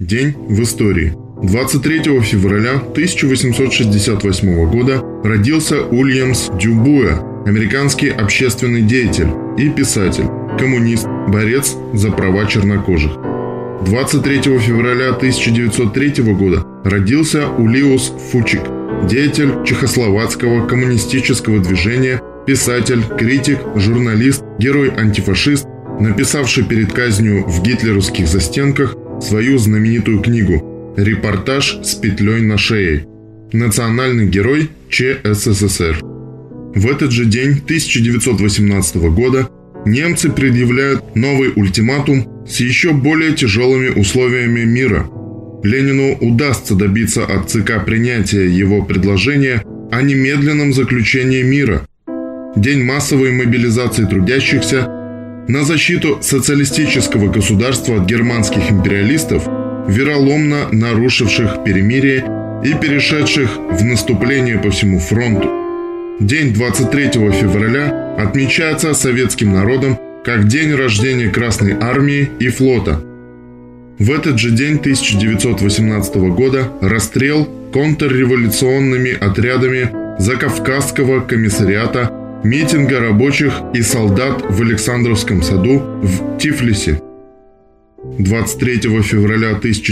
День в истории. 23 февраля 1868 года родился Уильямс Дюбуа, американский общественный деятель и писатель, коммунист, борец за права чернокожих. 23 февраля 1903 года родился Улиус Фучик, деятель чехословацкого коммунистического движения, писатель, критик, журналист, герой-антифашист, написавший перед казнью в гитлеровских застенках свою знаменитую книгу «Репортаж с петлей на шее. Национальный герой ЧССР». В этот же день 1918 года немцы предъявляют новый ультиматум с еще более тяжелыми условиями мира. Ленину удастся добиться от ЦК принятия его предложения о немедленном заключении мира. День массовой мобилизации трудящихся на защиту социалистического государства от германских империалистов, вероломно нарушивших перемирие и перешедших в наступление по всему фронту. День 23 февраля отмечается советским народом как день рождения Красной Армии и флота. В этот же день 1918 года расстрел контрреволюционными отрядами Закавказского комиссариата митинга рабочих и солдат в Александровском саду в Тифлисе. 23 февраля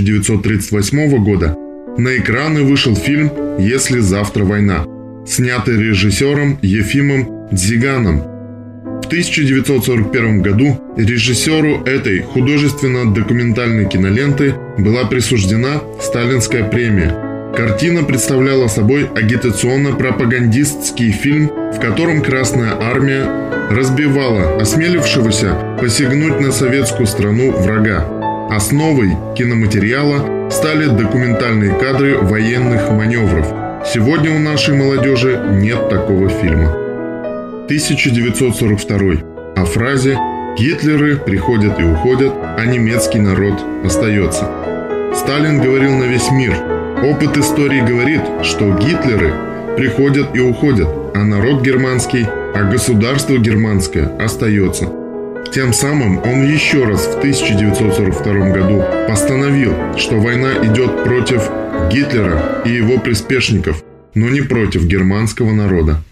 1938 года на экраны вышел фильм «Если завтра война», снятый режиссером Ефимом Дзиганом. В 1941 году режиссеру этой художественно-документальной киноленты была присуждена Сталинская премия. Картина представляла собой агитационно-пропагандистский фильм, в котором Красная Армия разбивала осмелившегося посягнуть на советскую страну врага. Основой киноматериала стали документальные кадры военных маневров. Сегодня у нашей молодежи нет такого фильма. 1942. О фразе «Гитлеры приходят и уходят, а немецкий народ остается». Сталин говорил на весь мир. Опыт истории говорит, что Гитлеры приходят и уходят, а народ германский, а государство германское остается. Тем самым он еще раз в 1942 году постановил, что война идет против Гитлера и его приспешников, но не против германского народа.